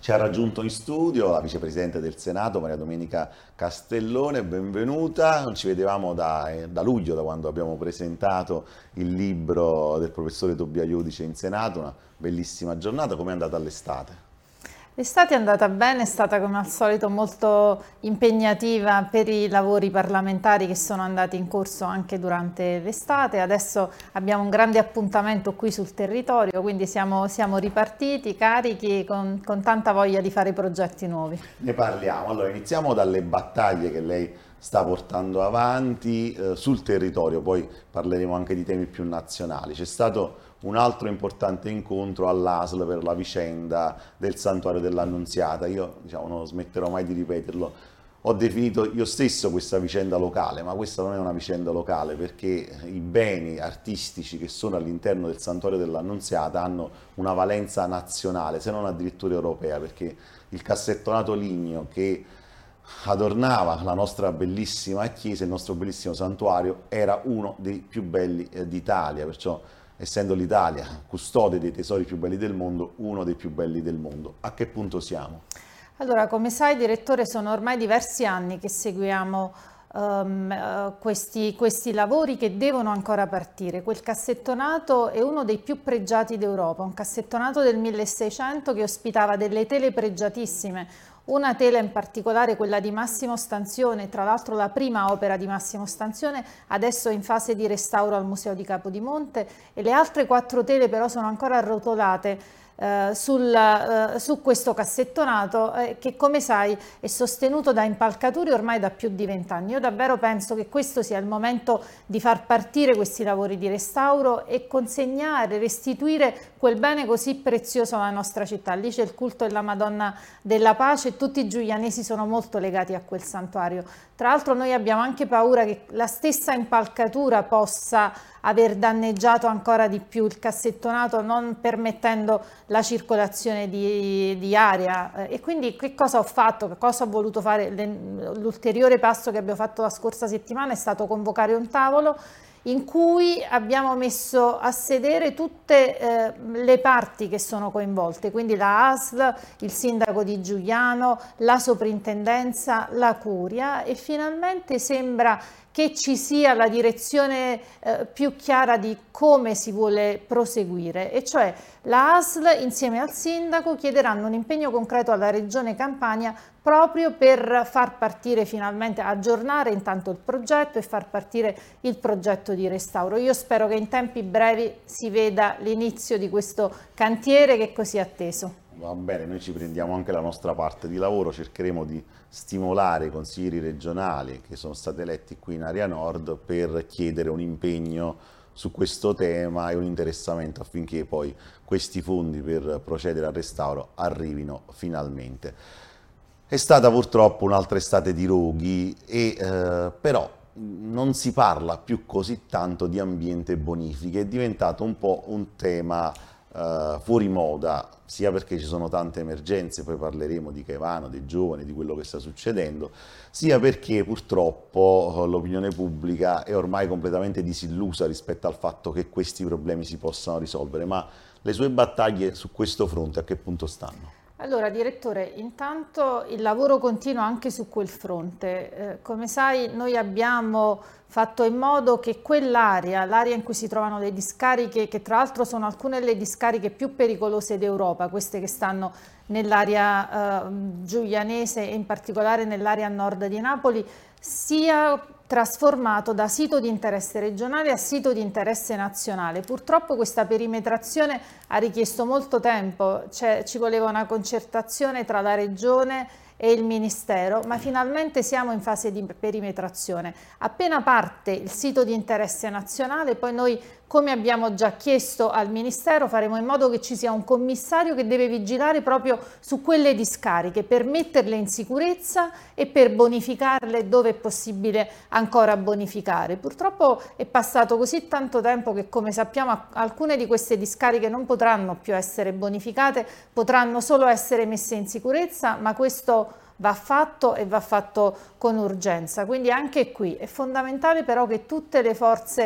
Ci ha raggiunto in studio la vicepresidente del Senato, Maria Domenica Castellone, benvenuta. Non ci vedevamo da luglio, da quando abbiamo presentato il libro del professore Tobia Iudice in Senato, una bellissima giornata. Com'è andata l'estate? L'estate è andata bene, è stata come al solito molto impegnativa per i lavori parlamentari che sono andati in corso anche durante l'estate. Adesso abbiamo un grande appuntamento qui sul territorio, quindi siamo ripartiti, carichi, con tanta voglia di fare progetti nuovi. Ne parliamo. Allora, iniziamo dalle battaglie che lei sta portando avanti sul territorio, poi parleremo anche di temi più nazionali. C'è stato un altro importante incontro all'ASL per la vicenda del Santuario dell'Annunziata. Io, non smetterò mai di ripeterlo. Ho definito io stesso questa vicenda locale, ma questa non è una vicenda locale perché i beni artistici che sono all'interno del Santuario dell'Annunziata hanno una valenza nazionale, se non addirittura europea, perché il cassettonato ligneo che adornava la nostra bellissima chiesa, il nostro bellissimo santuario, era uno dei più belli d'Italia, perciò essendo l'Italia custode dei tesori più belli del mondo, uno dei più belli del mondo. A che punto siamo? Allora, come sai, direttore, sono ormai diversi anni che seguiamo questi lavori che devono ancora partire. Quel cassettonato è uno dei più pregiati d'Europa, un cassettonato del 1600 che ospitava delle tele pregiatissime, una tela in particolare, quella di Massimo Stanzione, tra l'altro la prima opera di Massimo Stanzione, adesso in fase di restauro al Museo di Capodimonte, e le altre 4 tele però sono ancora arrotolate su questo cassettonato che, come sai, è sostenuto da impalcature ormai da più di 20 anni. Io davvero penso che questo sia il momento di far partire questi lavori di restauro e consegnare, restituire quel bene così prezioso alla nostra città. Lì c'è il culto della Madonna della Pace e tutti i giulianesi sono molto legati a quel santuario. Tra l'altro noi abbiamo anche paura che la stessa impalcatura possa aver danneggiato ancora di più il cassettonato, non permettendo la circolazione di aria. E quindi che cosa ho fatto? Che cosa ho voluto fare? L'ulteriore passo che abbiamo fatto la scorsa settimana è stato convocare un tavolo in cui abbiamo messo a sedere tutte le parti che sono coinvolte, quindi la ASL, il sindaco di Giugliano, la soprintendenza, la curia, e finalmente sembra che ci sia la direzione più chiara di come si vuole proseguire, e cioè la ASL insieme al sindaco chiederanno un impegno concreto alla Regione Campania proprio per far partire finalmente, aggiornare intanto il progetto e far partire il progetto di restauro. Io spero che in tempi brevi si veda l'inizio di questo cantiere che è così atteso. Va bene, noi ci prendiamo anche la nostra parte di lavoro, cercheremo di stimolare i consiglieri regionali che sono stati eletti qui in Area Nord per chiedere un impegno su questo tema e un interessamento affinché poi questi fondi per procedere al restauro arrivino finalmente. È stata purtroppo un'altra estate di roghi però non si parla più così tanto di ambiente e bonifiche, è diventato un po' un tema fuori moda, sia perché ci sono tante emergenze, poi parleremo di Caivano, dei giovani, di quello che sta succedendo, sia perché purtroppo l'opinione pubblica è ormai completamente disillusa rispetto al fatto che questi problemi si possano risolvere. Ma le sue battaglie su questo fronte a che punto stanno? Allora, direttore, intanto il lavoro continua anche su quel fronte. Come sai, noi abbiamo fatto in modo che quell'area, l'area in cui si trovano le discariche, che tra l'altro sono alcune delle discariche più pericolose d'Europa, queste che stanno nell'area giulianese e in particolare nell'area a nord di Napoli, sia trasformato da sito di interesse regionale a sito di interesse nazionale. Purtroppo questa perimetrazione ha richiesto molto tempo, ci voleva una concertazione tra la regione e il Ministero, ma finalmente siamo in fase di perimetrazione. Appena parte il sito di interesse nazionale, poi noi, come abbiamo già chiesto al Ministero, faremo in modo che ci sia un commissario che deve vigilare proprio su quelle discariche per metterle in sicurezza e per bonificarle dove è possibile ancora bonificare. Purtroppo è passato così tanto tempo che, come sappiamo, alcune di queste discariche non potranno più essere bonificate, potranno solo essere messe in sicurezza, ma questo va fatto e va fatto con urgenza. Quindi anche qui è fondamentale però che tutte le forze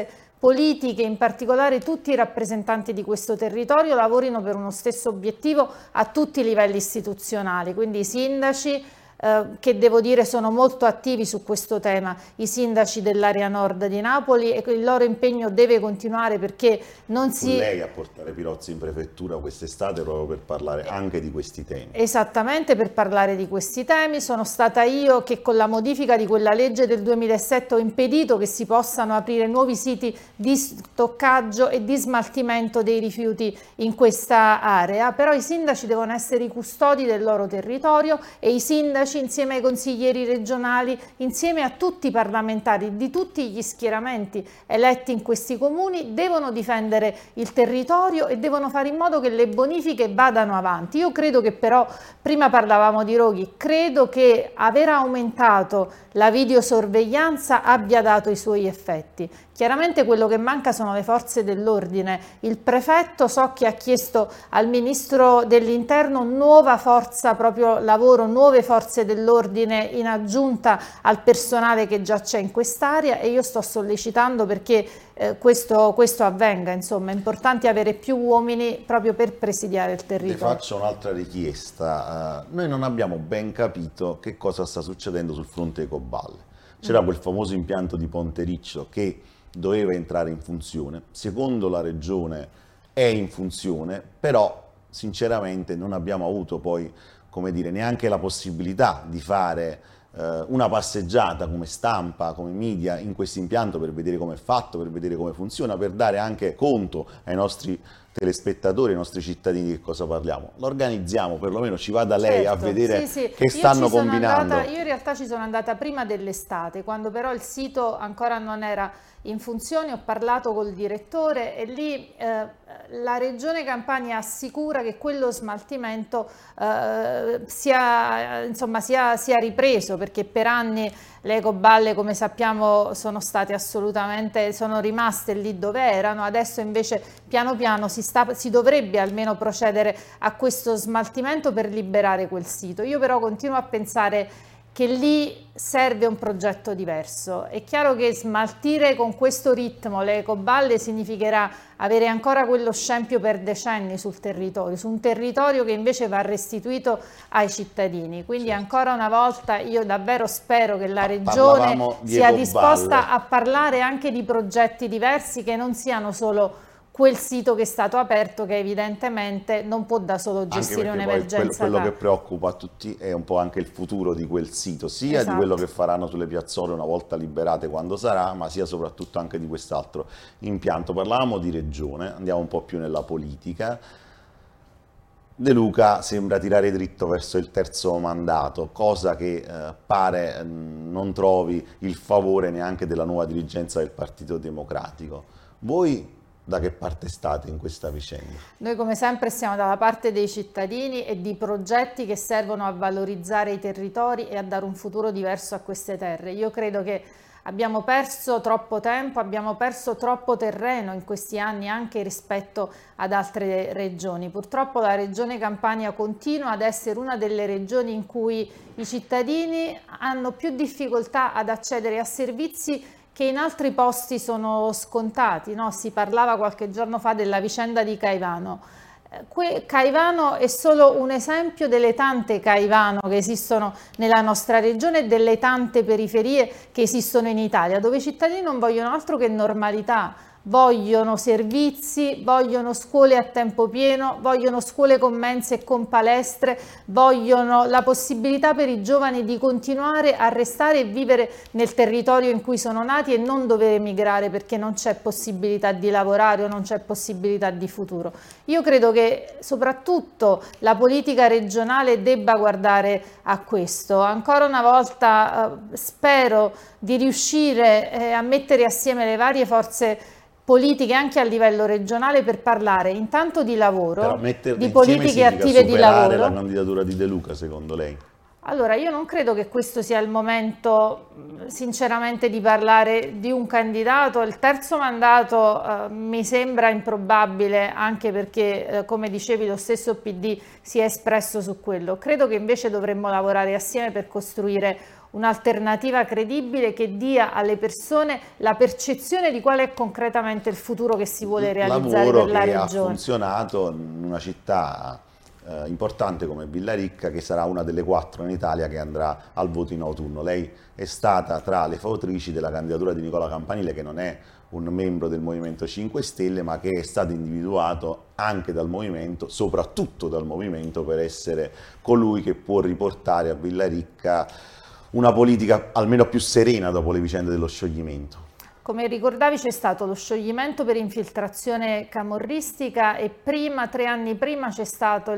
politiche, in particolare tutti i rappresentanti di questo territorio, lavorino per uno stesso obiettivo a tutti i livelli istituzionali, quindi i sindaci, che devo dire sono molto attivi su questo tema, i sindaci dell'area nord di Napoli, e il loro impegno deve continuare perché non si... lei a portare Pirozzi in prefettura quest'estate proprio per parlare anche di questi temi. Esattamente, per parlare di questi temi. Sono stata io che con la modifica di quella legge del 2007 ho impedito che si possano aprire nuovi siti di stoccaggio e di smaltimento dei rifiuti in questa area, però i sindaci devono essere i custodi del loro territorio e i sindaci insieme ai consiglieri regionali, insieme a tutti i parlamentari di tutti gli schieramenti eletti in questi comuni, devono difendere il territorio e devono fare in modo che le bonifiche vadano avanti. Io credo che però, prima parlavamo di roghi, credo che aver aumentato la videosorveglianza abbia dato i suoi effetti. Chiaramente quello che manca sono le forze dell'ordine. Il prefetto so che ha chiesto al ministro dell'interno nuova forza proprio lavoro, nuove forze dell'ordine in aggiunta al personale che già c'è in quest'area, e io sto sollecitando perché questo avvenga. Insomma, è importante avere più uomini proprio per presidiare il territorio. Le faccio un'altra richiesta. Noi non abbiamo ben capito che cosa sta succedendo sul fronte Ecoballe. C'era quel famoso impianto di Ponte Riccio che doveva entrare in funzione, secondo la regione è in funzione, però sinceramente non abbiamo avuto poi, come dire, neanche la possibilità di fare una passeggiata come stampa, come media in questo impianto per vedere come è fatto, per vedere come funziona, per dare anche conto ai nostri telespettatori, ai nostri cittadini di che cosa parliamo. Lo organizziamo, perlomeno ci vada lei a vedere che stanno combinando. Io in realtà ci sono andata prima dell'estate, quando però il sito ancora non era in funzione. Ho parlato col direttore e lì la Regione Campania assicura che quello smaltimento sia ripreso, perché per anni le ecoballe, come sappiamo, sono rimaste lì dove erano. Adesso invece piano piano si dovrebbe almeno procedere a questo smaltimento per liberare quel sito. Io però continuo a pensare che lì serve un progetto diverso. È chiaro che smaltire con questo ritmo le ecoballe significherà avere ancora quello scempio per decenni sul territorio, su un territorio che invece va restituito ai cittadini. Quindi ancora una volta io davvero spero che la Regione sia disposta a parlare anche di progetti diversi, che non siano solo quel sito che è stato aperto, che evidentemente non può da solo gestire un'emergenza. Quello che preoccupa a tutti è un po' anche il futuro di quel sito, sia di quello che faranno sulle piazzole una volta liberate, quando sarà, ma sia soprattutto anche di quest'altro impianto. Parlavamo di regione, andiamo un po' più nella politica. De Luca sembra tirare dritto verso il terzo mandato, cosa che pare non trovi il favore neanche della nuova dirigenza del Partito Democratico. Voi da che parte state in questa vicenda? Noi come sempre siamo dalla parte dei cittadini e di progetti che servono a valorizzare i territori e a dare un futuro diverso a queste terre. Io credo che abbiamo perso troppo tempo, abbiamo perso troppo terreno in questi anni anche rispetto ad altre regioni. Purtroppo la Regione Campania continua ad essere una delle regioni in cui i cittadini hanno più difficoltà ad accedere a servizi che in altri posti sono scontati, no? Si parlava qualche giorno fa della vicenda di Caivano. Caivano è solo un esempio delle tante Caivano che esistono nella nostra regione e delle tante periferie che esistono in Italia, dove i cittadini non vogliono altro che normalità. Vogliono servizi, vogliono scuole a tempo pieno, vogliono scuole con mense e con palestre, vogliono la possibilità per i giovani di continuare a restare e vivere nel territorio in cui sono nati e non dover emigrare perché non c'è possibilità di lavorare o non c'è possibilità di futuro. Io credo che soprattutto la politica regionale debba guardare a questo. Ancora una volta spero di riuscire a mettere assieme le varie forze politiche anche a livello regionale per parlare intanto di lavoro, di politiche attive di lavoro. La candidatura di De Luca, secondo lei? Allora, io non credo che questo sia il momento, sinceramente, di parlare di un candidato. Il terzo mandato mi sembra improbabile, anche perché, come dicevi, lo stesso PD si è espresso su quello. Credo che invece dovremmo lavorare assieme per costruire un'alternativa credibile che dia alle persone la percezione di qual è concretamente il futuro che si vuole realizzare per la regione. Ha funzionato in una città importante come Villaricca, che sarà una delle 4 in Italia che andrà al voto in autunno. Lei è stata tra le fautrici della candidatura di Nicola Campanile, che non è un membro del Movimento 5 Stelle, ma che è stato individuato anche dal Movimento, soprattutto dal Movimento, per essere colui che può riportare a Villaricca una politica almeno più serena dopo le vicende dello scioglimento. Come ricordavi, c'è stato lo scioglimento per infiltrazione camorristica e 3 anni prima è stato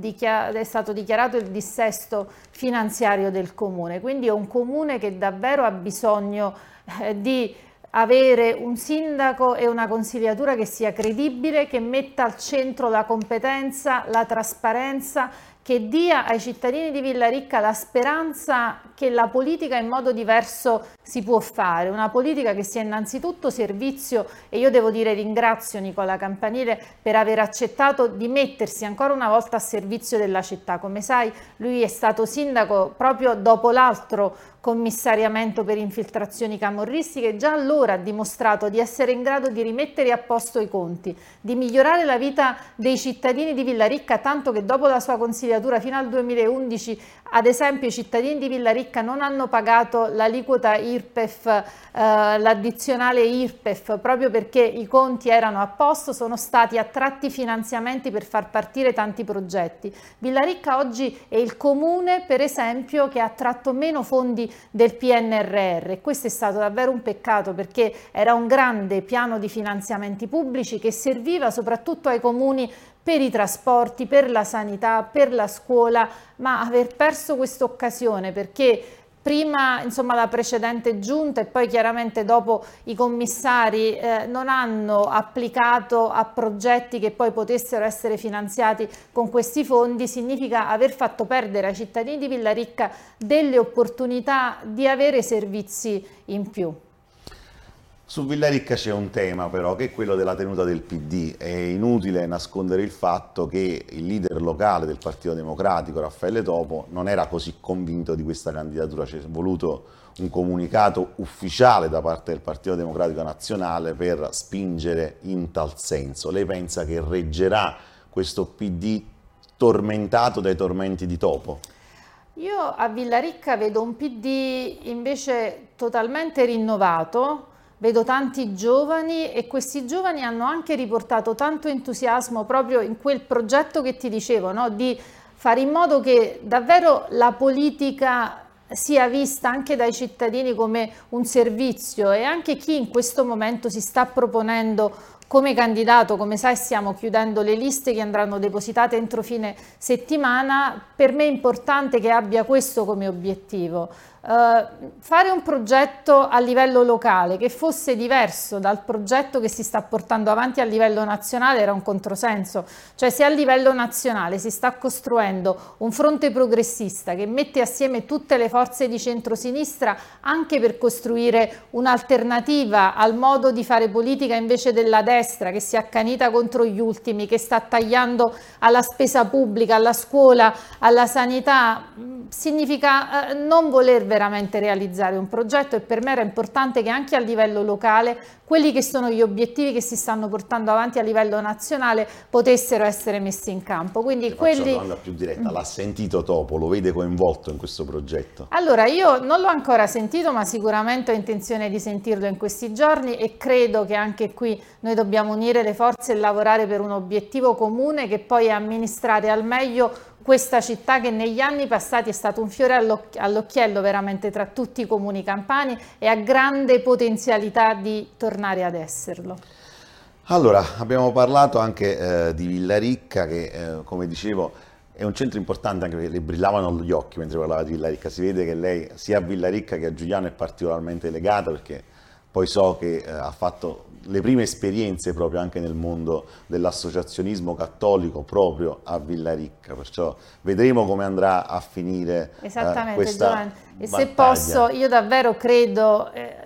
dichiarato il dissesto finanziario del comune. Quindi è un comune che davvero ha bisogno di avere un sindaco e una consigliatura che sia credibile, che metta al centro la competenza, la trasparenza, che dia ai cittadini di Villaricca la speranza che la politica in modo diverso si può fare, una politica che sia innanzitutto servizio, e io devo dire ringrazio Nicola Campanile per aver accettato di mettersi ancora una volta a servizio della città. Come sai, lui è stato sindaco proprio dopo l'altro commissariamento per infiltrazioni camorristiche, già allora ha dimostrato di essere in grado di rimettere a posto i conti, di migliorare la vita dei cittadini di Villaricca, tanto che dopo la sua consigliatura fino al 2011, ad esempio, i cittadini di Villaricca non hanno pagato l'aliquota IRPEF, l'addizionale IRPEF, proprio perché i conti erano a posto, sono stati attratti finanziamenti per far partire tanti progetti. Villaricca oggi è il comune, per esempio, che ha attratto meno fondi del PNRR, e questo è stato davvero un peccato, perché era un grande piano di finanziamenti pubblici che serviva soprattutto ai comuni per i trasporti, per la sanità, per la scuola, ma aver perso questa occasione perché prima, insomma, la precedente giunta e poi chiaramente dopo i commissari non hanno applicato a progetti che poi potessero essere finanziati con questi fondi, significa aver fatto perdere ai cittadini di Villaricca delle opportunità di avere servizi in più. Su Villaricca c'è un tema però, che è quello della tenuta del PD. È inutile nascondere il fatto che il leader locale del Partito Democratico, Raffaele Topo, non era così convinto di questa candidatura. C'è voluto un comunicato ufficiale da parte del Partito Democratico Nazionale per spingere in tal senso. Lei pensa che reggerà questo PD tormentato dai tormenti di Topo? Io a Villaricca vedo un PD invece totalmente rinnovato. Vedo tanti giovani, e questi giovani hanno anche riportato tanto entusiasmo proprio in quel progetto che ti dicevo, no? Di fare in modo che davvero la politica sia vista anche dai cittadini come un servizio, e anche chi in questo momento si sta proponendo come candidato. Come sai, stiamo chiudendo le liste che andranno depositate entro fine settimana. Per me è importante che abbia questo come obiettivo. Fare un progetto a livello locale che fosse diverso dal progetto che si sta portando avanti a livello nazionale era un controsenso. Cioè, se a livello nazionale si sta costruendo un fronte progressista che mette assieme tutte le forze di centrosinistra anche per costruire un'alternativa al modo di fare politica invece della destra, che si è accanita contro gli ultimi, che sta tagliando alla spesa pubblica, alla scuola, alla sanità, significa non voler veramente realizzare un progetto. E per me era importante che anche a livello locale quelli che sono gli obiettivi che si stanno portando avanti a livello nazionale potessero essere messi in campo. Quindi faccio una domanda più diretta: l'ha sentito Topo? Lo vede coinvolto in questo progetto? Allora, io non l'ho ancora sentito, ma sicuramente ho intenzione di sentirlo in questi giorni, e credo che anche qui noi dobbiamo unire le forze e lavorare per un obiettivo comune, che poi è amministrare al meglio questa città che negli anni passati è stato un fiore all'occhiello veramente tra tutti i comuni campani e ha grande potenzialità di tornare ad esserlo. Allora, abbiamo parlato anche di Villaricca che, come dicevo, è un centro importante, anche perché le brillavano gli occhi mentre parlava di Villaricca. Si vede che lei sia a Villaricca che a Giugliano è particolarmente legata, perché poi so che ha fatto le prime esperienze proprio anche nel mondo dell'associazionismo cattolico proprio a Villaricca, perciò vedremo come andrà a finire Esattamente, questa Giovanni. E battaglia. se posso, io davvero credo,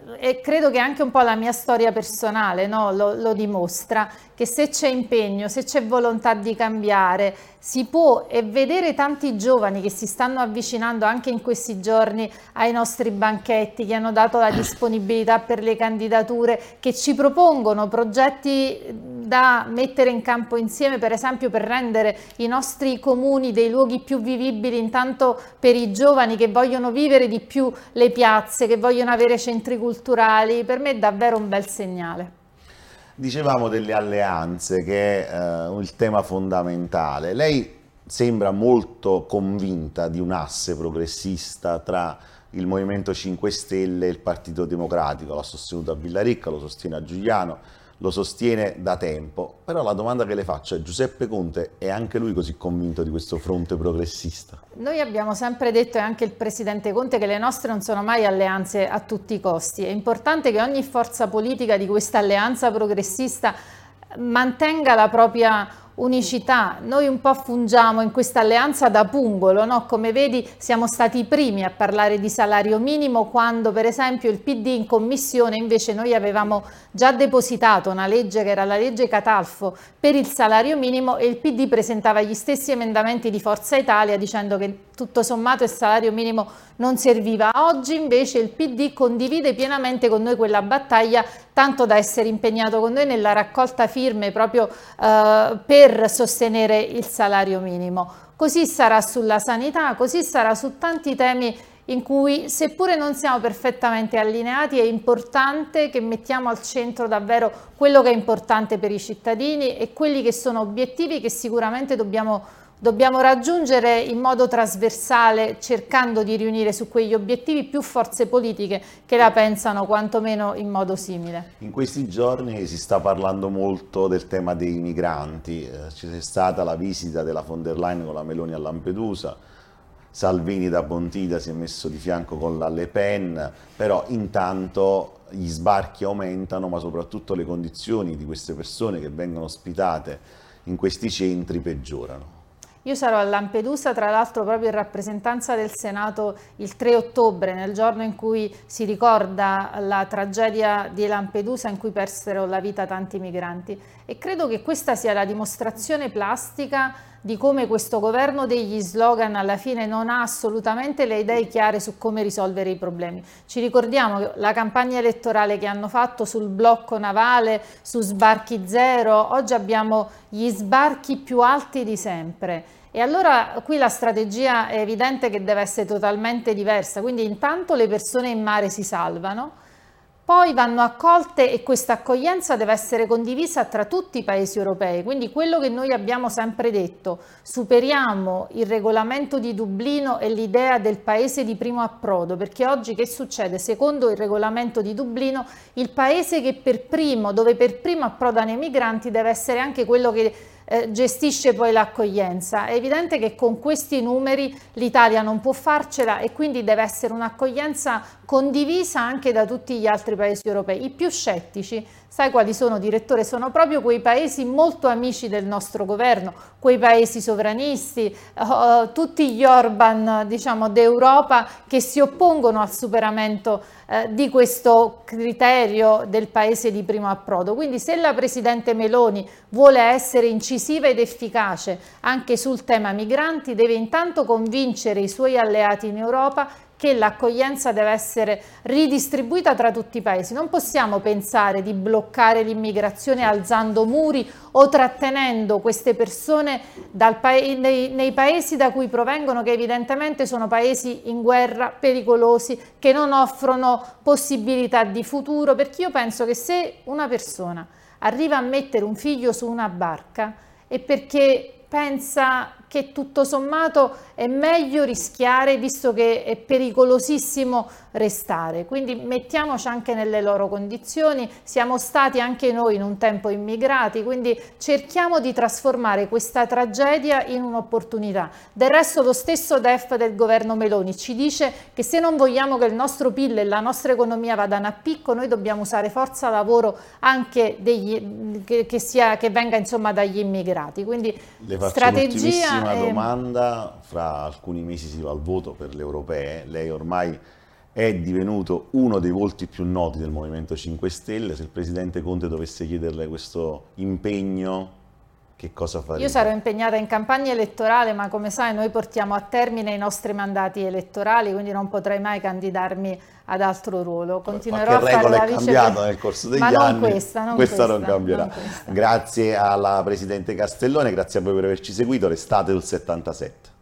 e credo che anche un po' la mia storia personale, no, lo dimostra, che se c'è impegno, se c'è volontà di cambiare, si può, e vedere tanti giovani che si stanno avvicinando anche in questi giorni ai nostri banchetti, che hanno dato la disponibilità per le candidature, che ci propongono progetti da mettere in campo insieme, per esempio per rendere i nostri comuni dei luoghi più vivibili, intanto per i giovani che vogliono vivere di più le piazze, che vogliono avere centri culturali. Per me è davvero un bel segnale. Dicevamo delle alleanze, che è il tema fondamentale. Lei sembra molto convinta di un asse progressista tra il Movimento 5 Stelle e il Partito Democratico. L'ha sostenuto a Villaricca, lo sostiene a Giuliano, lo sostiene da tempo. Però la domanda che le faccio è: Giuseppe Conte è anche lui così convinto di questo fronte progressista? Noi abbiamo sempre detto, e anche il Presidente Conte, che le nostre non sono mai alleanze a tutti i costi. È importante che ogni forza politica di questa alleanza progressista mantenga la propria unicità. Noi un po' fungiamo in questa alleanza da pungolo, no? Come vedi, siamo stati i primi a parlare di salario minimo, quando per esempio il PD in commissione invece noi avevamo già depositato una legge che era la legge Catalfo per il salario minimo, e il PD presentava gli stessi emendamenti di Forza Italia dicendo che tutto sommato il salario minimo non serviva. Oggi invece il PD condivide pienamente con noi quella battaglia, tanto da essere impegnato con noi nella raccolta firme proprio per sostenere il salario minimo. Così sarà sulla sanità, così sarà su tanti temi in cui, seppure non siamo perfettamente allineati, è importante che mettiamo al centro davvero quello che è importante per i cittadini e quelli che sono obiettivi che sicuramente dobbiamo raggiungere in modo trasversale, cercando di riunire su quegli obiettivi più forze politiche che la pensano quantomeno in modo simile. In questi giorni si sta parlando molto del tema dei migranti. C'è stata la visita della von der Leyen con la Meloni a Lampedusa, Salvini da Pontida si è messo di fianco con la Le Pen, però intanto gli sbarchi aumentano, ma soprattutto le condizioni di queste persone che vengono ospitate in questi centri peggiorano. Io sarò a Lampedusa, tra l'altro proprio in rappresentanza del Senato il 3 ottobre, nel giorno in cui si ricorda la tragedia di Lampedusa in cui persero la vita tanti migranti, e credo che questa sia la dimostrazione plastica di come questo governo degli slogan alla fine non ha assolutamente le idee chiare su come risolvere i problemi. Ci ricordiamo la campagna elettorale che hanno fatto sul blocco navale, su sbarchi zero. Oggi abbiamo gli sbarchi più alti di sempre. E allora qui la strategia è evidente che deve essere totalmente diversa. Quindi intanto le persone in mare si salvano, poi vanno accolte, e questa accoglienza deve essere condivisa tra tutti i paesi europei. Quindi quello che noi abbiamo sempre detto: superiamo il regolamento di Dublino e l'idea del paese di primo approdo, perché oggi che succede? Secondo il regolamento di Dublino, il paese che dove per primo approdano i migranti deve essere anche quello che gestisce poi l'accoglienza. È evidente che con questi numeri l'Italia non può farcela, e quindi deve essere un'accoglienza condivisa anche da tutti gli altri paesi europei. I più scettici, sai quali sono, direttore? Sono proprio quei paesi molto amici del nostro governo, quei paesi sovranisti, tutti gli Orban, diciamo, d'Europa, che si oppongono al superamento di questo criterio del paese di primo approdo. Quindi se la Presidente Meloni vuole essere incisiva ed efficace anche sul tema migranti, deve intanto convincere i suoi alleati in Europa che l'accoglienza deve essere ridistribuita tra tutti i paesi. Non possiamo pensare di bloccare l'immigrazione alzando muri o trattenendo queste persone nei paesi da cui provengono, che evidentemente sono paesi in guerra, pericolosi, che non offrono possibilità di futuro. Perché io penso che se una persona arriva a mettere un figlio su una barca è perché pensa che tutto sommato è meglio rischiare, visto che è pericolosissimo restare. Quindi mettiamoci anche nelle loro condizioni. Siamo stati anche noi in un tempo immigrati, quindi cerchiamo di trasformare questa tragedia in un'opportunità. Del resto lo stesso DEF del governo Meloni ci dice che se non vogliamo che il nostro PIL e la nostra economia vadano a picco, noi dobbiamo usare forza lavoro anche che venga insomma dagli immigrati. Quindi le faccio strategia. Una domanda: fra alcuni mesi si va al voto per le europee, lei ormai è divenuto uno dei volti più noti del Movimento 5 Stelle. Se il Presidente Conte dovesse chiederle questo impegno, che cosa farebbe? Io sarò impegnata in campagna elettorale, ma come sai noi portiamo a termine i nostri mandati elettorali, quindi non potrei mai candidarmi ad altro ruolo. Continuerò a fare la è cambiata nel corso degli anni, non questa, non cambierà. non questa. Grazie alla Presidente Castellone, grazie a voi per averci seguito, restate sul 77.